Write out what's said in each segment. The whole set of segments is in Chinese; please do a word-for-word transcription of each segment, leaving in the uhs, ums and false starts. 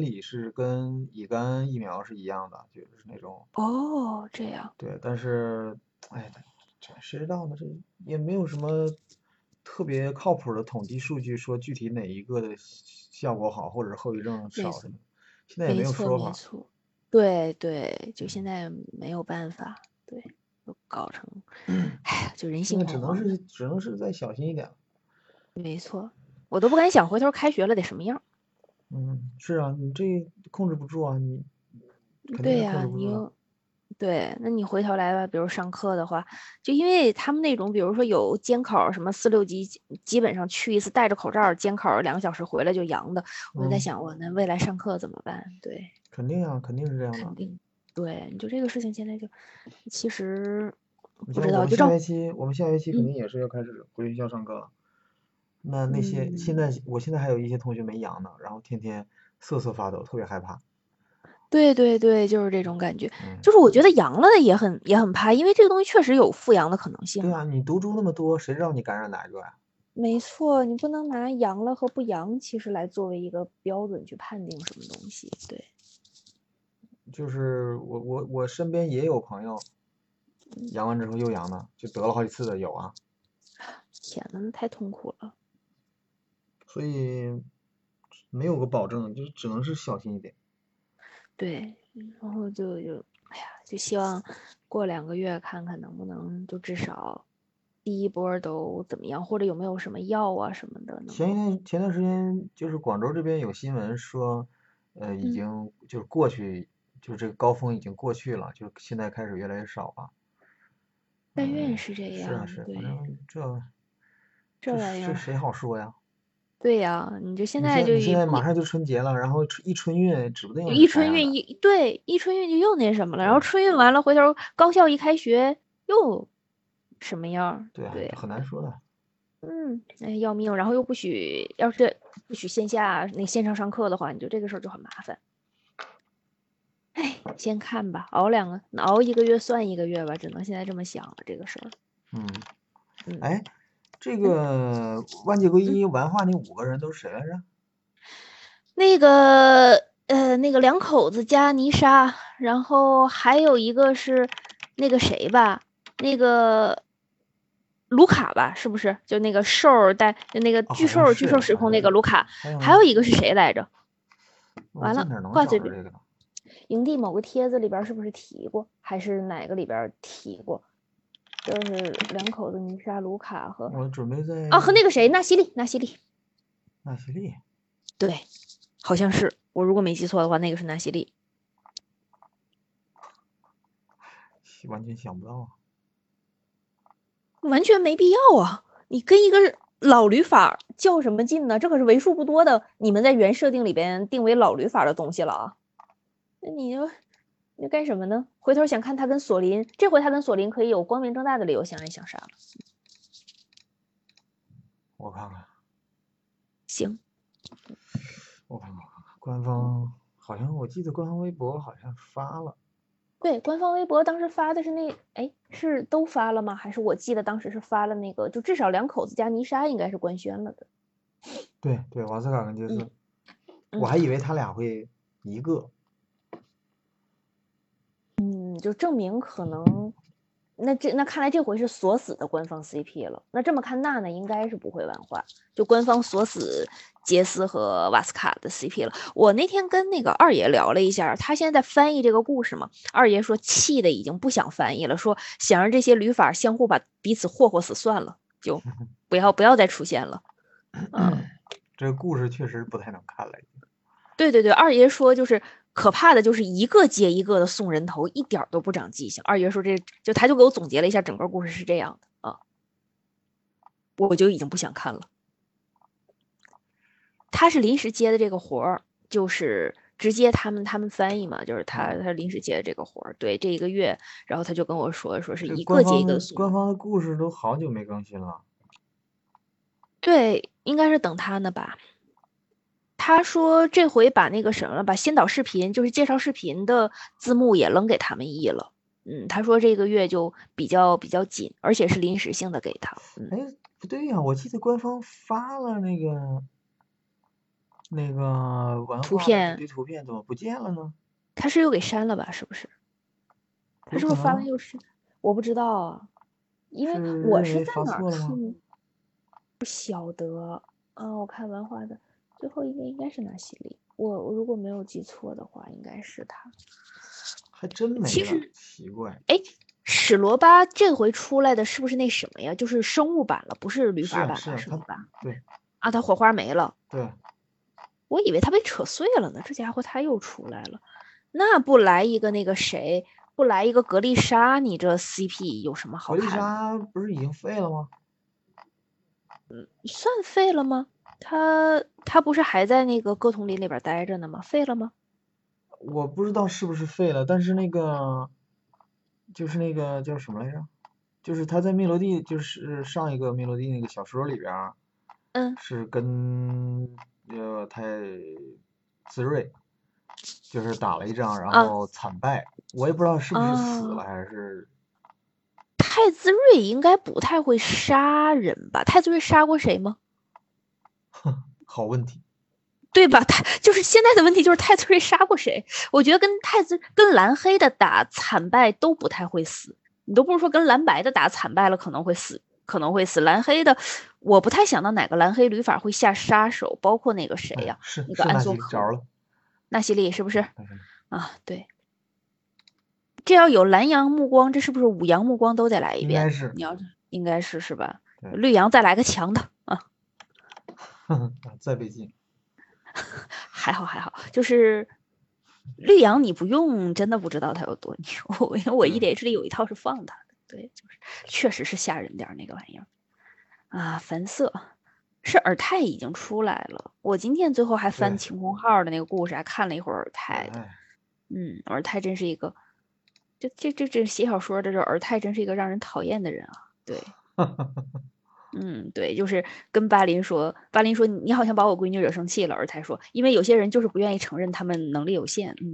理是跟乙肝疫苗是一样的，就是那种哦，这样。 对，但是哎，这谁知道呢？这也没有什么特别靠谱的统计数据说具体哪一个的效果好，或者后遗症没错， 少什么，现在也没有没错， 说法。 没错。对对，就现嗯， 在没有办法，对，都搞成，哎呀，就人现在只能心惶惶的。 是只能是再小心一点。 没错，我都不敢想回头开学了得什么样。 嗯，是啊，你这控制不住啊，你肯定是控对呀， 制不住的。 你又对，那你回头来吧，比如上课的话，就因为他们那种，比如说有监考什么四六级，基基本上去一次戴着口罩监考两个小时回来就阳的，我就在嗯， 想，我那未来上课怎么办？对， 肯定啊，肯定是这样的。 肯定，对，你就这个事情现在就其实不知道， 你像我们就照， 下学期，我们下学期肯嗯定也是要开始回学校上课了。那那些现嗯， 在我现在还有一些同学没阳呢，然后天天瑟瑟发抖，特别害怕。 对对对，就是这种感觉， 嗯， 就是我觉得阳了的也很也很怕，因为这个东西确实有复阳的可能性嘛。 对啊，你毒株那么多，谁知道你感染哪一个呀？ 没错，你不能拿阳了和不阳其实来作为一个标准去判定什么东西。对， 就是我我我身边也有朋友阳完之后又阳的，就得了好几次的有啊。 天呐，那太痛苦了。 所以没有个保证，就只能是小心一点。 对，然后就就，哎呀，就希望过两个月看看能不能就至少第一波都怎么样，或者有没有什么药啊什么的能前一够， 天前段时间就是广州这边有新闻说，呃，已嗯， 经就是过去，就是这个高峰已经过去了，就现在开始越来越少了。 但愿嗯， 是这样。 是啊是，反对， 正这这这玩意儿， 这谁好说呀？ 对呀，你就现你在就现你现在一不马上就春节了，然后一春运，指不定是一啥样的。 春运一对一春运就又那什么了，然后对春运完了回头高校一开学又什么样儿？ 对啊， 对， 很难说的。 嗯，哎，要命！然后又不许，要是不许线下那线上上课的话，你就这个事儿就很麻烦。哎，先看吧，熬两个，熬一个月算一个月吧，只能现在这么想了这个事儿。 嗯， 嗯哎，这嗯个万界归嗯， 一玩化那五个人都是谁来着？ 那个呃，那个两口子加泥沙，然后还有一个是那个谁吧，那个卢卡吧，是不是？就那个兽儿带，就那个啊， 巨兽巨好像是， 兽时空那个好像是。 卢卡， 还有呢？ 还有一个是谁来着？完了， 我在哪儿能挂嘴边。 找着这个呢？ 营地某个帖子里边是不是提过，还是哪个里边提过？就是两口子泥沙卢卡和我准备啊和在那个谁纳西利纳西利， 纳西利， 对，好像是我如果没记错的话，那个是纳西利。 完全想不到啊。 完全没必要啊！你跟一个老驴法较什么劲呢？这可是为数不多的你们在原设定里边定为老驴法的东西了啊！那你就你干什么呢？回头想看他跟索林，这回他跟索林可以有光明正大的理由相爱相杀了。 我看看， 行， 我看看，我看看，官方好像我记得官方微博好像发了。 对，官方微博当时发的是那，哎，是都发了吗？还是我记得当时是发了那个，就至少两口子加泥沙应该是官宣了的。 对对，瓦斯卡跟杰嗯斯，我嗯， 还以为他俩会一个。 嗯，就证明可能，那这那看来这回是锁死的官方 C P 了。那这么看，娜娜应该是不会玩化，就官方锁死杰斯和瓦斯卡的 C P 了。我那天跟那个二爷聊了一下，他现在在翻译这个故事嘛。二爷说气的已经不想翻译了，说想让这些旅法相互把彼此霍霍死算了，就不要不要再出现了。嗯， 这个故事确实不太能看了。 对对对，二爷说就是可怕的，就是一个接一个的送人头，一点都不长记性。二爷说这就他就给我总结了一下整个故事是这样的啊，我就已经不想看了。他是临时接的这个活儿，就是直接他们他们翻译嘛，就是他嗯， 他临时接的这个活儿，对这一个月，然后他就跟我说说是这一个接一官方的个的送人， 官方的故事都好久没更新了。 对，应该是等他呢吧。他说这回把那个什么，把先导视频，就是介绍视频的字幕也扔给他们译了。嗯，他说这个月就比较比较紧，而且是临时性的给他。嗯， 哎，不对呀，我记得官方发了那个那个文化的主图片， 题图片怎么不见了呢？ 他是又给删了吧？是不是？他是不是发有可能啊完又是？我不知道啊，因为是我是认为发在哪儿错了吗？ 看？不晓得。嗯，我看文化的最后一个应该是纳西里，我我如果没有记错的话，应该是他。 还真没了， 其实， 奇怪。 哎，史罗巴这回出来的是不是那什么呀？就是生物版了，不是旅是啊是啊， 法版吧？史他罗巴对啊，他火花没了。 对， 我以为他被扯碎了呢，这家伙他又出来了。那不来一个那个谁，不来一个格丽莎，你这 C P 有什么好格丽看的？ 莎不是已经废了吗？ 算废了吗？他他不是还在那个歌童林里边待着呢吗？废了吗？ 我不知道是不是废了，但是那个就是那个叫什么来着？就是他在密罗蒂，就是上一个密罗蒂那个小说里边儿， 嗯是跟呃太子睿就是打了一仗，然啊后惨败，我也不知道是不是死了啊， 还是太子睿应该不太会杀人吧？太子睿杀过谁吗？ 好问题。 对吧？他就是现在的问题就是太子睿杀过谁？我觉得跟太子跟蓝黑的打惨败都不太会死，你都不是说跟蓝白的打惨败了可能会死，可能会死。蓝黑的我不太想到哪个蓝黑旅法会下杀手，包括那个谁呀、 哎，是那个是纳安索克、 西着了， 纳西利是不是？ 纳西里啊，对，这要有蓝阳目光，这是不是五阳目光都得来一遍？ 应该是你要应该是是吧？ 对， 绿阳再来个强的啊， 再被禁。 还好还好，就是绿阳你不用，真的不知道他有多牛。因为我 E D H 里有一套是放他的，对，就是确实是吓人点那个玩意儿啊。凡色是尔泰已经出来了，我今天最后还翻晴空号的那个故事，还看了一会儿尔泰的。嗯，尔泰真是一个，这这这这写小说的这尔泰真是一个让人讨厌的人啊。对。嗯，对，就是跟巴林说，巴林说你好像把我闺女惹生气了，而才说，因为有些人就是不愿意承认他们能力有限，嗯，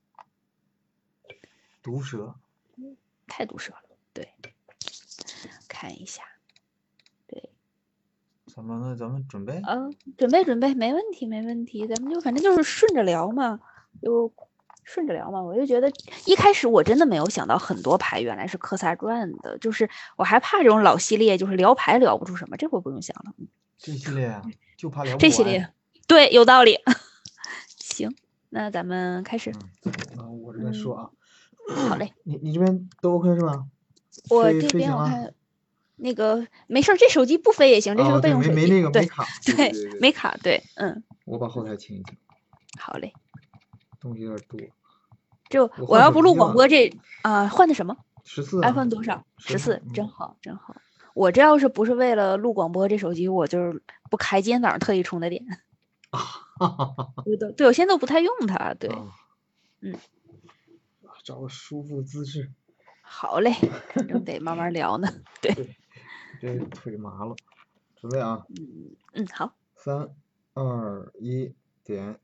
毒蛇， 太毒舌了，对，看一下，对， 咱们那咱们准备， 嗯，准备准备，没问题没问题，咱们就反正就是顺着聊嘛，就顺着聊嘛，我就觉得一开始我真的没有想到很多牌原来是科萨传的，就是我还怕这种老系列就是聊牌聊不出什么，这回不用想了。 这系列啊，就怕聊不完。 这系列对有道理。行，那咱们开始。 嗯，那我这边说啊。 嗯、好嘞。 你你这边都 OK 是吧？ 我这边我看。那个没事，这手机不飞也行，这是个备用手机。 哦、没没那个对没卡， 对对对对没卡，对，嗯。 我把后台清一清。 好嘞。 东西有点多。 就我要不录广播这啊，换的什么？ 十四、 啊。iPhone 多少？十四， 嗯， 真好真好。我这要是不是为了录广播，这手机我就是不开，今天早上特意充的电。对的，对我现在都不太用它，对， 哦、 嗯。 找个舒服的姿势。 好嘞，反正得慢慢聊呢。对。 对，这腿麻了。准备啊。 嗯嗯，好。 三、二、一，点。